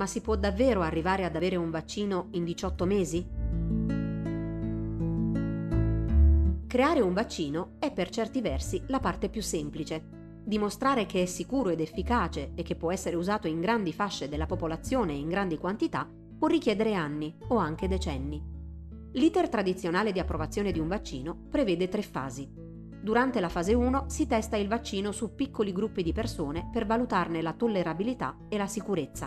Ma si può davvero arrivare ad avere un vaccino in 18 mesi? Creare un vaccino è per certi versi la parte più semplice. Dimostrare che è sicuro ed efficace e che può essere usato in grandi fasce della popolazione e in grandi quantità può richiedere anni o anche decenni. L'iter tradizionale di approvazione di un vaccino prevede 3 fasi. Durante la fase 1 si testa il vaccino su piccoli gruppi di persone per valutarne la tollerabilità e la sicurezza.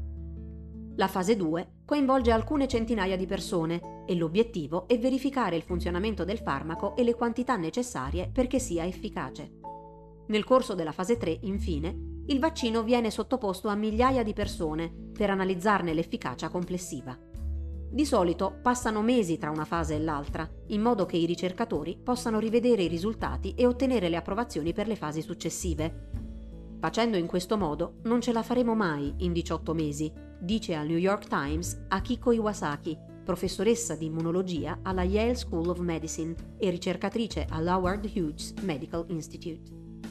La fase 2 coinvolge alcune centinaia di persone e l'obiettivo è verificare il funzionamento del farmaco e le quantità necessarie perché sia efficace. Nel corso della fase 3, infine, il vaccino viene sottoposto a migliaia di persone per analizzarne l'efficacia complessiva. Di solito passano mesi tra una fase e l'altra, in modo che i ricercatori possano rivedere i risultati e ottenere le approvazioni per le fasi successive. Facendo in questo modo non ce la faremo mai in 18 mesi, dice al New York Times Akiko Iwasaki, professoressa di immunologia alla Yale School of Medicine e ricercatrice all'Howard Hughes Medical Institute.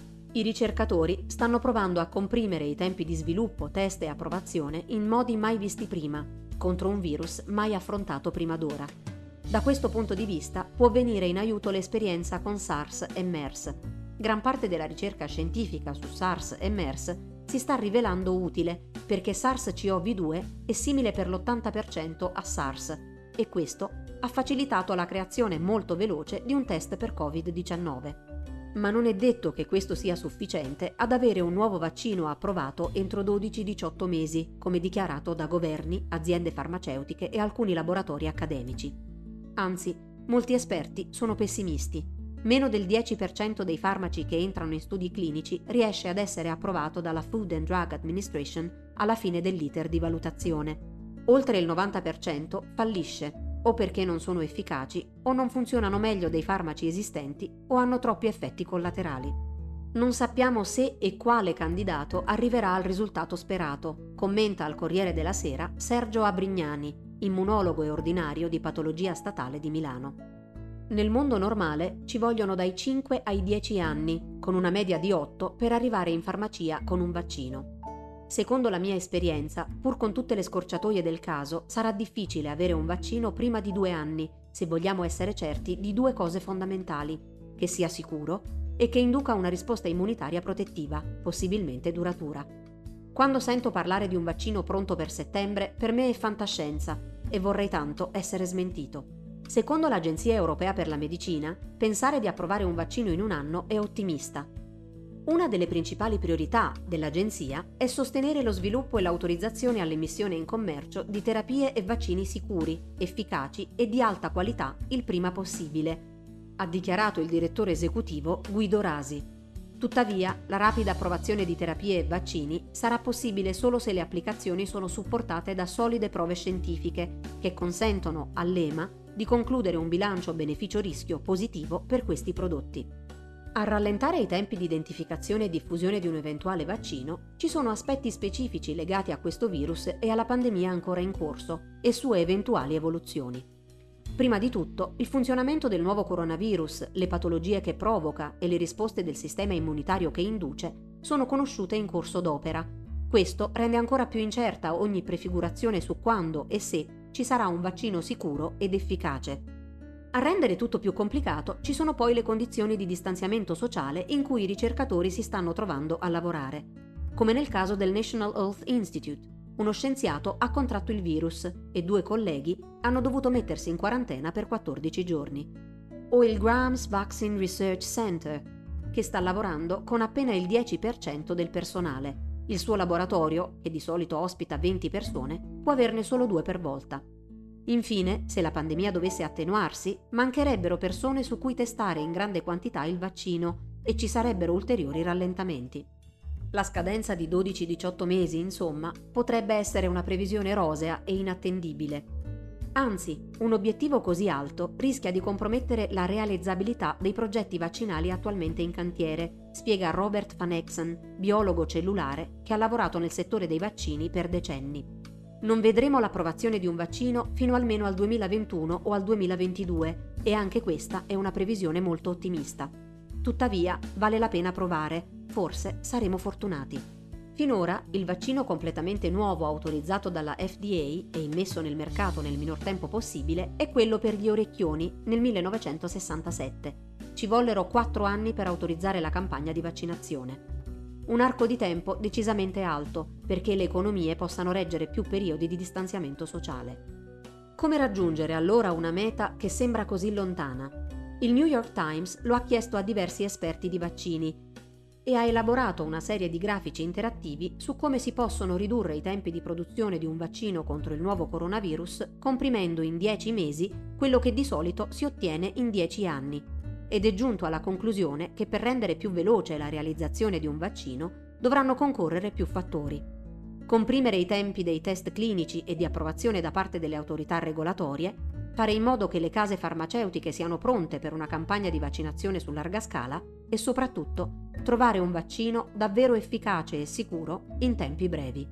I ricercatori stanno provando a comprimere i tempi di sviluppo, test e approvazione in modi mai visti prima, contro un virus mai affrontato prima d'ora. Da questo punto di vista può venire in aiuto l'esperienza con SARS e MERS. Gran parte della ricerca scientifica su SARS e MERS si sta rivelando utile perché SARS-CoV-2 è simile per l'80% a SARS e questo ha facilitato la creazione molto veloce di un test per Covid-19. Ma non è detto che questo sia sufficiente ad avere un nuovo vaccino approvato entro 12-18 mesi, come dichiarato da governi, aziende farmaceutiche e alcuni laboratori accademici. Anzi, molti esperti sono pessimisti. Meno del 10% dei farmaci che entrano in studi clinici riesce ad essere approvato dalla Food and Drug Administration alla fine dell'iter di valutazione. Oltre il 90% fallisce, o perché non sono efficaci, o non funzionano meglio dei farmaci esistenti, o hanno troppi effetti collaterali. Non sappiamo se e quale candidato arriverà al risultato sperato, commenta al Corriere della Sera Sergio Abrignani, immunologo e ordinario di patologia statale di Milano. Nel mondo normale ci vogliono dai 5 ai 10 anni, con una media di 8, per arrivare in farmacia con un vaccino. Secondo la mia esperienza, pur con tutte le scorciatoie del caso, sarà difficile avere un vaccino prima di 2 anni, se vogliamo essere certi di 2 cose fondamentali: che sia sicuro e che induca una risposta immunitaria protettiva, possibilmente duratura. Quando sento parlare di un vaccino pronto per settembre, per me è fantascienza e vorrei tanto essere smentito. Secondo l'Agenzia Europea per la Medicina, pensare di approvare un vaccino in un anno è ottimista. Una delle principali priorità dell'agenzia è sostenere lo sviluppo e l'autorizzazione all'immissione in commercio di terapie e vaccini sicuri, efficaci e di alta qualità il prima possibile, ha dichiarato il direttore esecutivo Guido Rasi. Tuttavia, la rapida approvazione di terapie e vaccini sarà possibile solo se le applicazioni sono supportate da solide prove scientifiche che consentono all'EMA di concludere un bilancio beneficio-rischio positivo per questi prodotti. A rallentare i tempi di identificazione e diffusione di un eventuale vaccino ci sono aspetti specifici legati a questo virus e alla pandemia ancora in corso e sue eventuali evoluzioni. Prima di tutto, il funzionamento del nuovo coronavirus, le patologie che provoca e le risposte del sistema immunitario che induce sono conosciute in corso d'opera. Questo rende ancora più incerta ogni prefigurazione su quando e se ci sarà un vaccino sicuro ed efficace. A rendere tutto più complicato ci sono poi le condizioni di distanziamento sociale in cui i ricercatori si stanno trovando a lavorare, come nel caso del National Health Institute. Uno scienziato ha contratto il virus e 2 colleghi hanno dovuto mettersi in quarantena per 14 giorni. O il Graham's Vaccine Research Center, che sta lavorando con appena il 10% del personale. Il suo laboratorio, che di solito ospita 20 persone, può averne solo 2 per volta. Infine, se la pandemia dovesse attenuarsi, mancherebbero persone su cui testare in grande quantità il vaccino e ci sarebbero ulteriori rallentamenti. La scadenza di 12-18 mesi, insomma, potrebbe essere una previsione rosea e inattendibile. Anzi, un obiettivo così alto rischia di compromettere la realizzabilità dei progetti vaccinali attualmente in cantiere, spiega Robert Van Exen, biologo cellulare che ha lavorato nel settore dei vaccini per decenni. Non vedremo l'approvazione di un vaccino fino almeno al 2021 o al 2022 e anche questa è una previsione molto ottimista. Tuttavia, vale la pena provare, forse saremo fortunati. Finora il vaccino completamente nuovo autorizzato dalla FDA e immesso nel mercato nel minor tempo possibile è quello per gli orecchioni nel 1967. Ci vollero 4 anni per autorizzare la campagna di vaccinazione. Un arco di tempo decisamente alto perché le economie possano reggere più periodi di distanziamento sociale. Come raggiungere allora una meta che sembra così lontana? Il New York Times lo ha chiesto a diversi esperti di vaccini e ha elaborato una serie di grafici interattivi su come si possono ridurre i tempi di produzione di un vaccino contro il nuovo coronavirus comprimendo in 10 mesi quello che di solito si ottiene in 10 anni, ed è giunto alla conclusione che per rendere più veloce la realizzazione di un vaccino dovranno concorrere più fattori. Comprimere i tempi dei test clinici e di approvazione da parte delle autorità regolatorie, fare in modo che le case farmaceutiche siano pronte per una campagna di vaccinazione su larga scala e soprattutto trovare un vaccino davvero efficace e sicuro in tempi brevi.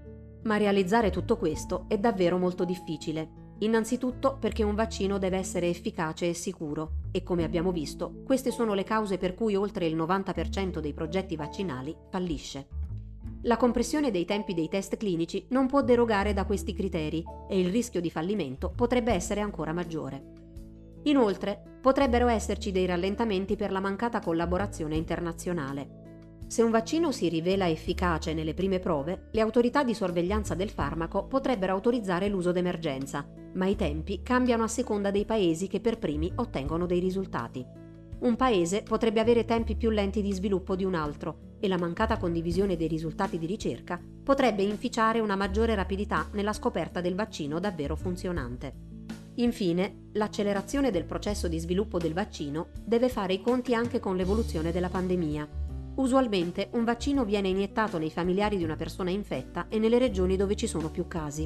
Ma realizzare tutto questo è davvero molto difficile. Innanzitutto perché un vaccino deve essere efficace e sicuro e, come abbiamo visto, queste sono le cause per cui oltre il 90% dei progetti vaccinali fallisce. La compressione dei tempi dei test clinici non può derogare da questi criteri e il rischio di fallimento potrebbe essere ancora maggiore. Inoltre, potrebbero esserci dei rallentamenti per la mancata collaborazione internazionale. Se un vaccino si rivela efficace nelle prime prove, le autorità di sorveglianza del farmaco potrebbero autorizzare l'uso d'emergenza, ma i tempi cambiano a seconda dei paesi che per primi ottengono dei risultati. Un paese potrebbe avere tempi più lenti di sviluppo di un altro e la mancata condivisione dei risultati di ricerca potrebbe inficiare una maggiore rapidità nella scoperta del vaccino davvero funzionante. Infine, l'accelerazione del processo di sviluppo del vaccino deve fare i conti anche con l'evoluzione della pandemia. Usualmente un vaccino viene iniettato nei familiari di una persona infetta e nelle regioni dove ci sono più casi.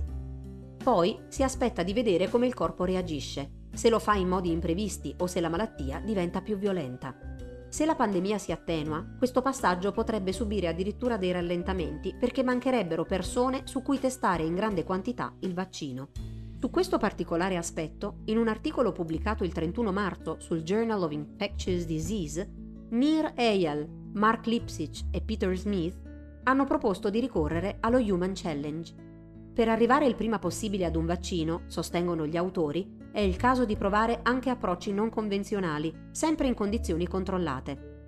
Poi si aspetta di vedere come il corpo reagisce, se lo fa in modi imprevisti o se la malattia diventa più violenta. Se la pandemia si attenua, questo passaggio potrebbe subire addirittura dei rallentamenti perché mancherebbero persone su cui testare in grande quantità il vaccino. Su questo particolare aspetto, in un articolo pubblicato il 31 marzo sul Journal of Infectious Disease, Nir Eyal, Mark Lipsitch e Peter Smith hanno proposto di ricorrere allo Human Challenge. Per arrivare il prima possibile ad un vaccino, sostengono gli autori, è il caso di provare anche approcci non convenzionali, sempre in condizioni controllate.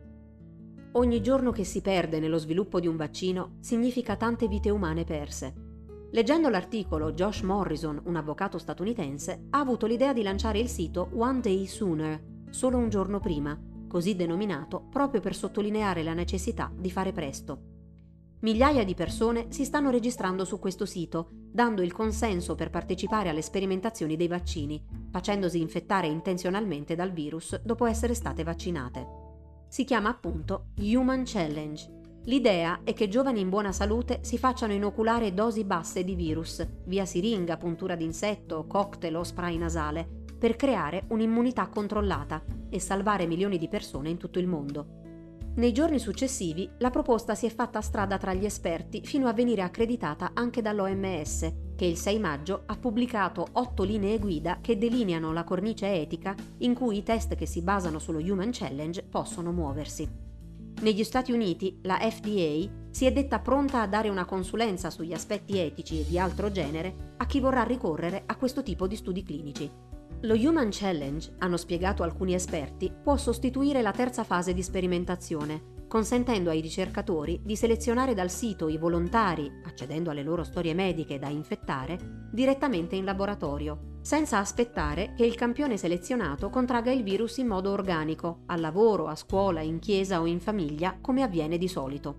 Ogni giorno che si perde nello sviluppo di un vaccino significa tante vite umane perse. Leggendo l'articolo, Josh Morrison, un avvocato statunitense, ha avuto l'idea di lanciare il sito One Day Sooner, solo un giorno prima, così denominato proprio per sottolineare la necessità di fare presto. Migliaia di persone si stanno registrando su questo sito, dando il consenso per partecipare alle sperimentazioni dei vaccini, facendosi infettare intenzionalmente dal virus dopo essere state vaccinate. Si chiama appunto Human Challenge. L'idea è che giovani in buona salute si facciano inoculare dosi basse di virus, via siringa, puntura d'insetto, cocktail o spray nasale, per creare un'immunità controllata e salvare milioni di persone in tutto il mondo. Nei giorni successivi la proposta si è fatta strada tra gli esperti fino a venire accreditata anche dall'OMS, che il 6 maggio ha pubblicato 8 linee guida che delineano la cornice etica in cui i test che si basano sullo Human Challenge possono muoversi. Negli Stati Uniti la FDA si è detta pronta a dare una consulenza sugli aspetti etici e di altro genere a chi vorrà ricorrere a questo tipo di studi clinici. Lo Human Challenge, hanno spiegato alcuni esperti, può sostituire la terza fase di sperimentazione, consentendo ai ricercatori di selezionare dal sito i volontari, accedendo alle loro storie mediche da infettare, direttamente in laboratorio, senza aspettare che il campione selezionato contragga il virus in modo organico, al lavoro, a scuola, in chiesa o in famiglia, come avviene di solito.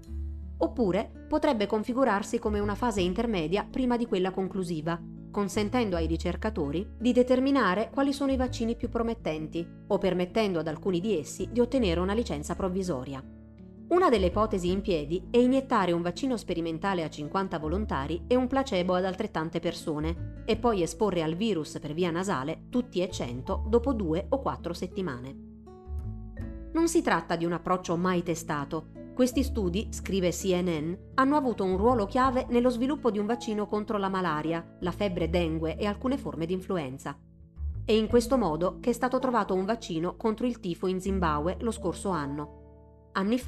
Oppure potrebbe configurarsi come una fase intermedia prima di quella conclusiva, consentendo ai ricercatori di determinare quali sono i vaccini più promettenti o permettendo ad alcuni di essi di ottenere una licenza provvisoria. Una delle ipotesi in piedi è iniettare un vaccino sperimentale a 50 volontari e un placebo ad altrettante persone e poi esporre al virus per via nasale tutti e 100 dopo 2 o 4 settimane. Non si tratta di un approccio mai testato. Questi studi, scrive CNN, hanno avuto un ruolo chiave nello sviluppo di un vaccino contro la malaria, la febbre dengue e alcune forme di influenza. È in questo modo che è stato trovato un vaccino contro il tifo in Zimbabwe lo scorso anno. Anni fa,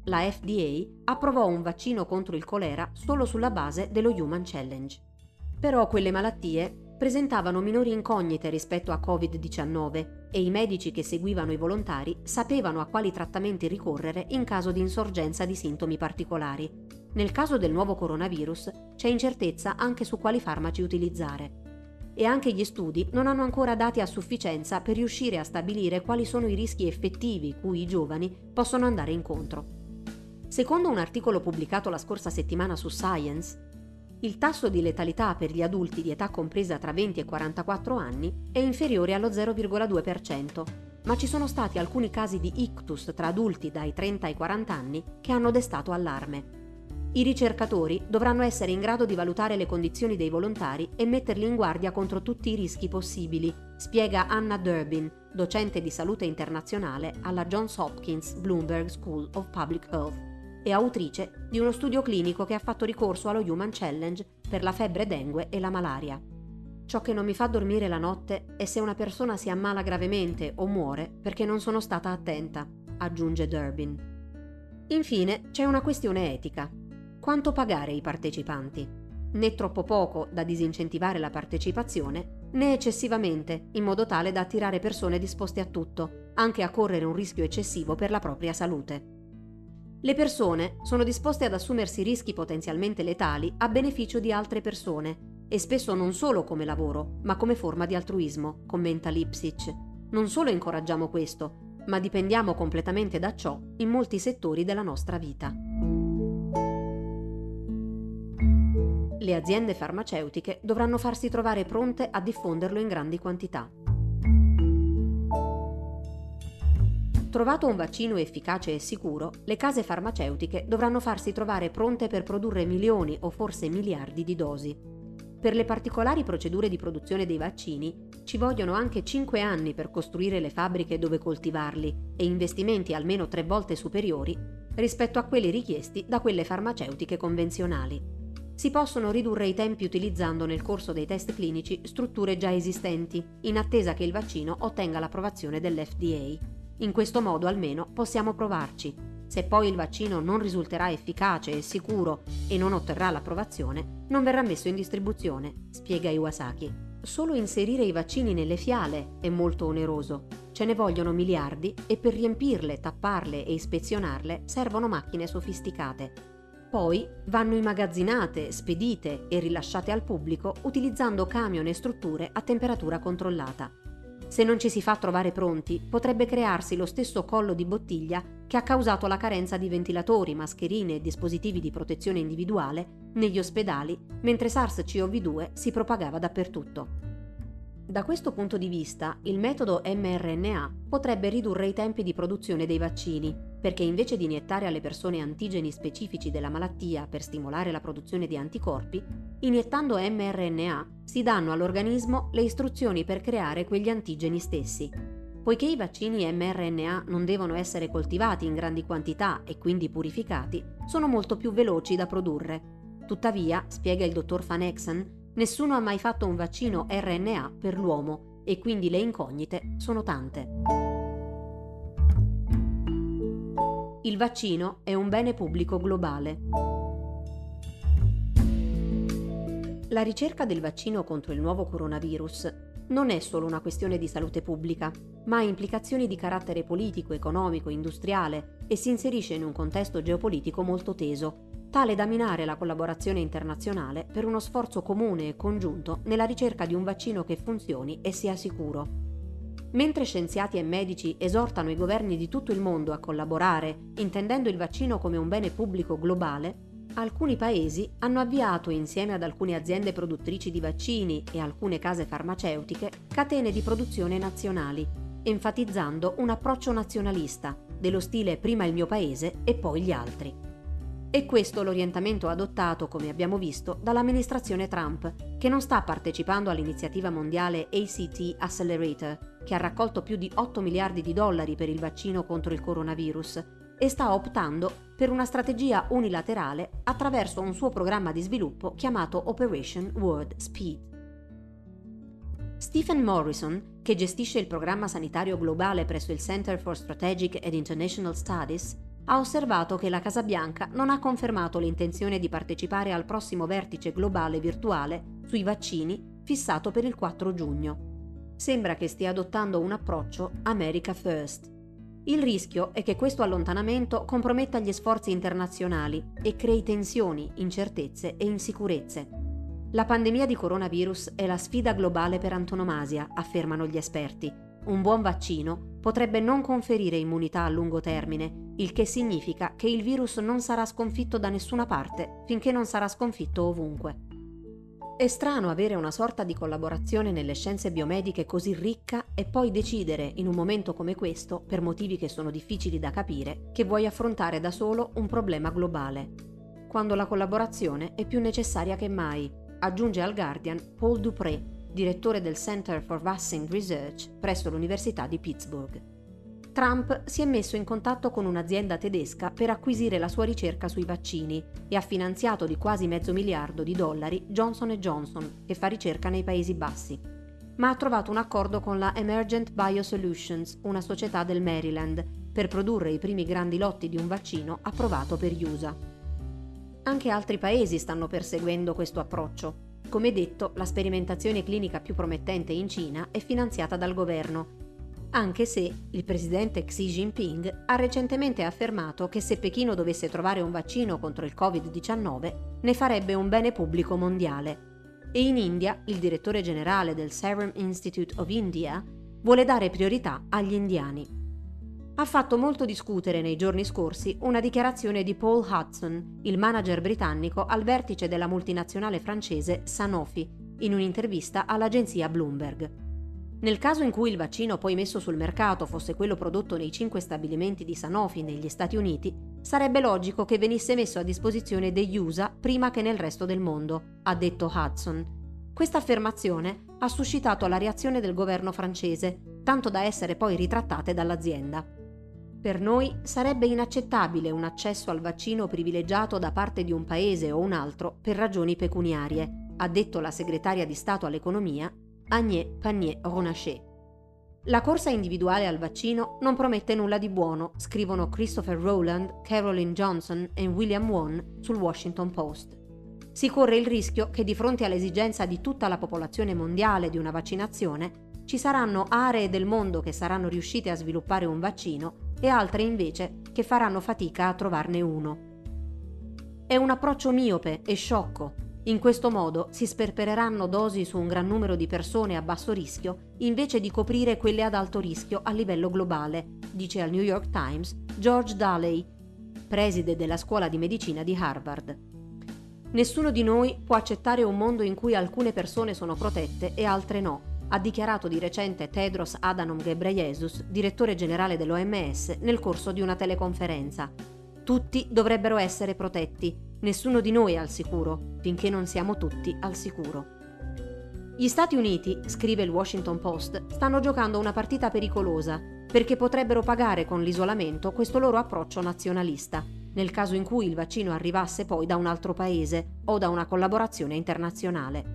la FDA approvò un vaccino contro il colera solo sulla base dello Human Challenge. Però quelle malattie presentavano minori incognite rispetto a Covid-19 e i medici che seguivano i volontari sapevano a quali trattamenti ricorrere in caso di insorgenza di sintomi particolari. Nel caso del nuovo coronavirus c'è incertezza anche su quali farmaci utilizzare. E anche gli studi non hanno ancora dati a sufficienza per riuscire a stabilire quali sono i rischi effettivi cui i giovani possono andare incontro. Secondo un articolo pubblicato la scorsa settimana su Science, il tasso di letalità per gli adulti di età compresa tra 20 e 44 anni è inferiore allo 0,2%, ma ci sono stati alcuni casi di ictus tra adulti dai 30 ai 40 anni che hanno destato allarme. I ricercatori dovranno essere in grado di valutare le condizioni dei volontari e metterli in guardia contro tutti i rischi possibili, spiega Anna Durbin, docente di salute internazionale alla Johns Hopkins Bloomberg School of Public Health e autrice di uno studio clinico che ha fatto ricorso allo Human Challenge per la febbre dengue e la malaria. Ciò che non mi fa dormire la notte è se una persona si ammala gravemente o muore perché non sono stata attenta, aggiunge Durbin. Infine c'è una questione etica. Quanto pagare i partecipanti? Né troppo poco da disincentivare la partecipazione, né eccessivamente, in modo tale da attirare persone disposte a tutto, anche a correre un rischio eccessivo per la propria salute. Le persone sono disposte ad assumersi rischi potenzialmente letali a beneficio di altre persone e spesso non solo come lavoro, ma come forma di altruismo, commenta Lipsitch. Non solo incoraggiamo questo, ma dipendiamo completamente da ciò in molti settori della nostra vita. Le aziende farmaceutiche dovranno farsi trovare pronte a diffonderlo in grandi quantità. Trovato un vaccino efficace e sicuro, le case farmaceutiche dovranno farsi trovare pronte per produrre milioni o forse miliardi di dosi. Per le particolari procedure di produzione dei vaccini ci vogliono anche 5 anni per costruire le fabbriche dove coltivarli e investimenti almeno 3 volte superiori rispetto a quelli richiesti da quelle farmaceutiche convenzionali. Si possono ridurre i tempi utilizzando nel corso dei test clinici strutture già esistenti, in attesa che il vaccino ottenga l'approvazione dell'FDA. In questo modo almeno possiamo provarci. Se poi il vaccino non risulterà efficace e sicuro e non otterrà l'approvazione, non verrà messo in distribuzione, spiega Iwasaki. Solo inserire i vaccini nelle fiale è molto oneroso. Ce ne vogliono miliardi e per riempirle, tapparle e ispezionarle servono macchine sofisticate. Poi vanno immagazzinate, spedite e rilasciate al pubblico utilizzando camion e strutture a temperatura controllata. Se non ci si fa trovare pronti, potrebbe crearsi lo stesso collo di bottiglia che ha causato la carenza di ventilatori, mascherine e dispositivi di protezione individuale negli ospedali, mentre SARS-CoV-2 si propagava dappertutto. Da questo punto di vista, il metodo mRNA potrebbe ridurre i tempi di produzione dei vaccini, perché invece di iniettare alle persone antigeni specifici della malattia per stimolare la produzione di anticorpi, iniettando mRNA si danno all'organismo le istruzioni per creare quegli antigeni stessi. Poiché i vaccini mRNA non devono essere coltivati in grandi quantità e quindi purificati, sono molto più veloci da produrre. Tuttavia, spiega il dottor Van Exen, nessuno ha mai fatto un vaccino RNA per l'uomo e quindi le incognite sono tante. Il vaccino è un bene pubblico globale. La ricerca del vaccino contro il nuovo coronavirus non è solo una questione di salute pubblica, ma ha implicazioni di carattere politico, economico, industriale e si inserisce in un contesto geopolitico molto teso, tale da minare la collaborazione internazionale per uno sforzo comune e congiunto nella ricerca di un vaccino che funzioni e sia sicuro. Mentre scienziati e medici esortano i governi di tutto il mondo a collaborare, intendendo il vaccino come un bene pubblico globale, alcuni paesi hanno avviato, insieme ad alcune aziende produttrici di vaccini e alcune case farmaceutiche, catene di produzione nazionali, enfatizzando un approccio nazionalista, dello stile prima il mio paese e poi gli altri. E questo l'orientamento adottato, come abbiamo visto, dall'amministrazione Trump, che non sta partecipando all'iniziativa mondiale ACT Accelerator, che ha raccolto più di 8 miliardi di dollari per il vaccino contro il coronavirus, e sta optando per una strategia unilaterale attraverso un suo programma di sviluppo chiamato Operation Warp Speed. Stephen Morrison, che gestisce il programma sanitario globale presso il Center for Strategic and International Studies, ha osservato che la Casa Bianca non ha confermato l'intenzione di partecipare al prossimo vertice globale virtuale sui vaccini fissato per il 4 giugno. Sembra che stia adottando un approccio America First. Il rischio è che questo allontanamento comprometta gli sforzi internazionali e crei tensioni, incertezze e insicurezze. La pandemia di coronavirus è la sfida globale per antonomasia, affermano gli esperti. Un buon vaccino potrebbe non conferire immunità a lungo termine, il che significa che il virus non sarà sconfitto da nessuna parte finché non sarà sconfitto ovunque. È strano avere una sorta di collaborazione nelle scienze biomediche così ricca e poi decidere, in un momento come questo, per motivi che sono difficili da capire, che vuoi affrontare da solo un problema globale. Quando la collaborazione è più necessaria che mai, aggiunge al Guardian Paul Dupré, direttore del Center for Vaccine Research presso l'Università di Pittsburgh. Trump si è messo in contatto con un'azienda tedesca per acquisire la sua ricerca sui vaccini e ha finanziato di quasi $500 milioni Johnson & Johnson, che fa ricerca nei Paesi Bassi. Ma ha trovato un accordo con la Emergent Biosolutions, una società del Maryland, per produrre i primi grandi lotti di un vaccino approvato per gli USA. Anche altri paesi stanno perseguendo questo approccio. Come detto, la sperimentazione clinica più promettente in Cina è finanziata dal governo, anche se il presidente Xi Jinping ha recentemente affermato che se Pechino dovesse trovare un vaccino contro il Covid-19 ne farebbe un bene pubblico mondiale. E in India il direttore generale del Serum Institute of India vuole dare priorità agli indiani. Ha fatto molto discutere nei giorni scorsi una dichiarazione di Paul Hudson, il manager britannico al vertice della multinazionale francese Sanofi, in un'intervista all'agenzia Bloomberg. Nel caso in cui il vaccino poi messo sul mercato fosse quello prodotto nei 5 stabilimenti di Sanofi negli Stati Uniti, sarebbe logico che venisse messo a disposizione degli USA prima che nel resto del mondo, ha detto Hudson. Questa affermazione ha suscitato la reazione del governo francese, tanto da essere poi ritrattate dall'azienda. Per noi sarebbe inaccettabile un accesso al vaccino privilegiato da parte di un paese o un altro per ragioni pecuniarie, ha detto la segretaria di Stato all'economia Agnès Pannier-Runacher. La corsa individuale al vaccino non promette nulla di buono, scrivono Christopher Rowland, Caroline Johnson e William Won sul Washington Post. Si corre il rischio che di fronte all'esigenza di tutta la popolazione mondiale di una vaccinazione, ci saranno aree del mondo che saranno riuscite a sviluppare un vaccino e altre invece che faranno fatica a trovarne uno. È un approccio miope e sciocco. In questo modo si sperpereranno dosi su un gran numero di persone a basso rischio invece di coprire quelle ad alto rischio a livello globale, dice al New York Times George Daley, preside della scuola di medicina di Harvard. Nessuno di noi può accettare un mondo in cui alcune persone sono protette e altre no, ha dichiarato di recente Tedros Adhanom Ghebreyesus, direttore generale dell'OMS, nel corso di una teleconferenza. Tutti dovrebbero essere protetti. Nessuno di noi è al sicuro, finché non siamo tutti al sicuro. Gli Stati Uniti, scrive il Washington Post, stanno giocando una partita pericolosa, perché potrebbero pagare con l'isolamento questo loro approccio nazionalista, nel caso in cui il vaccino arrivasse poi da un altro paese o da una collaborazione internazionale.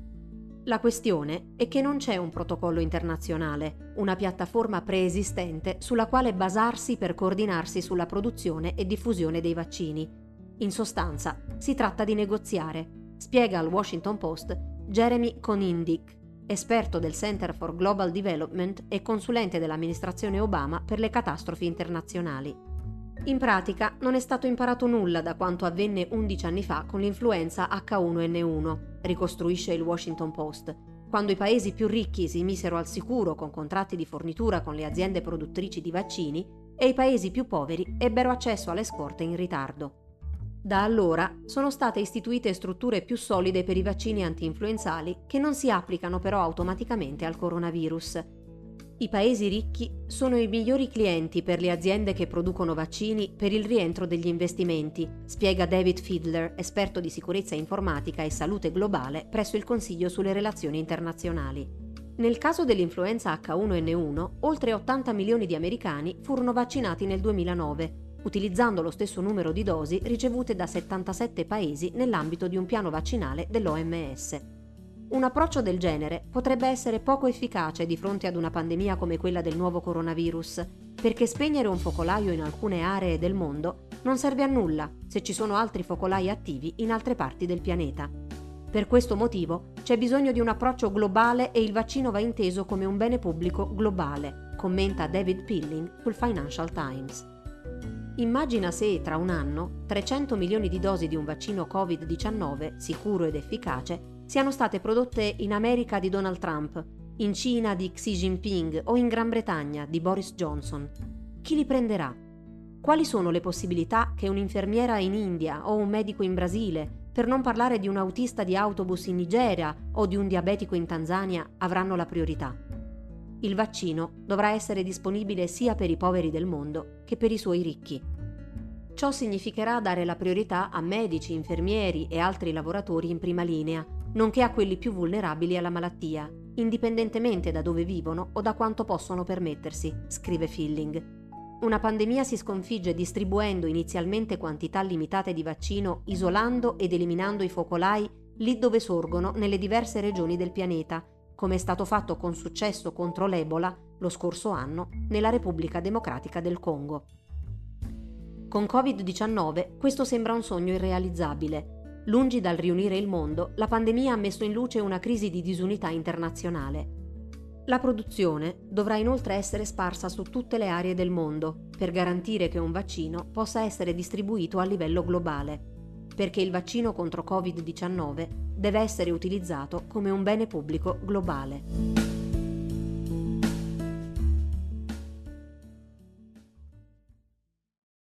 La questione è che non c'è un protocollo internazionale, una piattaforma preesistente sulla quale basarsi per coordinarsi sulla produzione e diffusione dei vaccini. In sostanza, si tratta di negoziare, spiega al Washington Post Jeremy Konindick, esperto del Center for Global Development e consulente dell'amministrazione Obama per le catastrofi internazionali. In pratica non è stato imparato nulla da quanto avvenne 11 anni fa con l'influenza H1N1, ricostruisce il Washington Post, quando i paesi più ricchi si misero al sicuro con contratti di fornitura con le aziende produttrici di vaccini e i paesi più poveri ebbero accesso alle scorte in ritardo. Da allora sono state istituite strutture più solide per i vaccini anti-influenzali che non si applicano però automaticamente al coronavirus. I paesi ricchi sono i migliori clienti per le aziende che producono vaccini per il rientro degli investimenti, spiega David Fiedler, esperto di sicurezza informatica e salute globale presso il Consiglio sulle relazioni internazionali. Nel caso dell'influenza H1N1, oltre 80 milioni di americani furono vaccinati nel 2009, utilizzando lo stesso numero di dosi ricevute da 77 paesi nell'ambito di un piano vaccinale dell'OMS. Un approccio del genere potrebbe essere poco efficace di fronte ad una pandemia come quella del nuovo coronavirus, perché spegnere un focolaio in alcune aree del mondo non serve a nulla se ci sono altri focolai attivi in altre parti del pianeta. Per questo motivo c'è bisogno di un approccio globale e il vaccino va inteso come un bene pubblico globale, commenta David Pilling sul Financial Times. Immagina se tra un anno 300 milioni di dosi di un vaccino Covid-19 sicuro ed efficace siano state prodotte in America di Donald Trump, in Cina di Xi Jinping o in Gran Bretagna di Boris Johnson. Chi li prenderà? Quali sono le possibilità che un'infermiera in India o un medico in Brasile, per non parlare di un autista di autobus in Nigeria o di un diabetico in Tanzania, avranno la priorità? Il vaccino dovrà essere disponibile sia per i poveri del mondo che per i suoi ricchi. Ciò significherà dare la priorità a medici, infermieri e altri lavoratori in prima linea, nonché a quelli più vulnerabili alla malattia, indipendentemente da dove vivono o da quanto possono permettersi, scrive Filling. Una pandemia si sconfigge distribuendo inizialmente quantità limitate di vaccino, isolando ed eliminando i focolai lì dove sorgono nelle diverse regioni del pianeta, come è stato fatto con successo contro l'Ebola lo scorso anno nella Repubblica Democratica del Congo. Con Covid-19 questo sembra un sogno irrealizzabile. Lungi dal riunire il mondo, la pandemia ha messo in luce una crisi di disunità internazionale. La produzione dovrà inoltre essere sparsa su tutte le aree del mondo per garantire che un vaccino possa essere distribuito a livello globale, perché il vaccino contro Covid-19 deve essere utilizzato come un bene pubblico globale.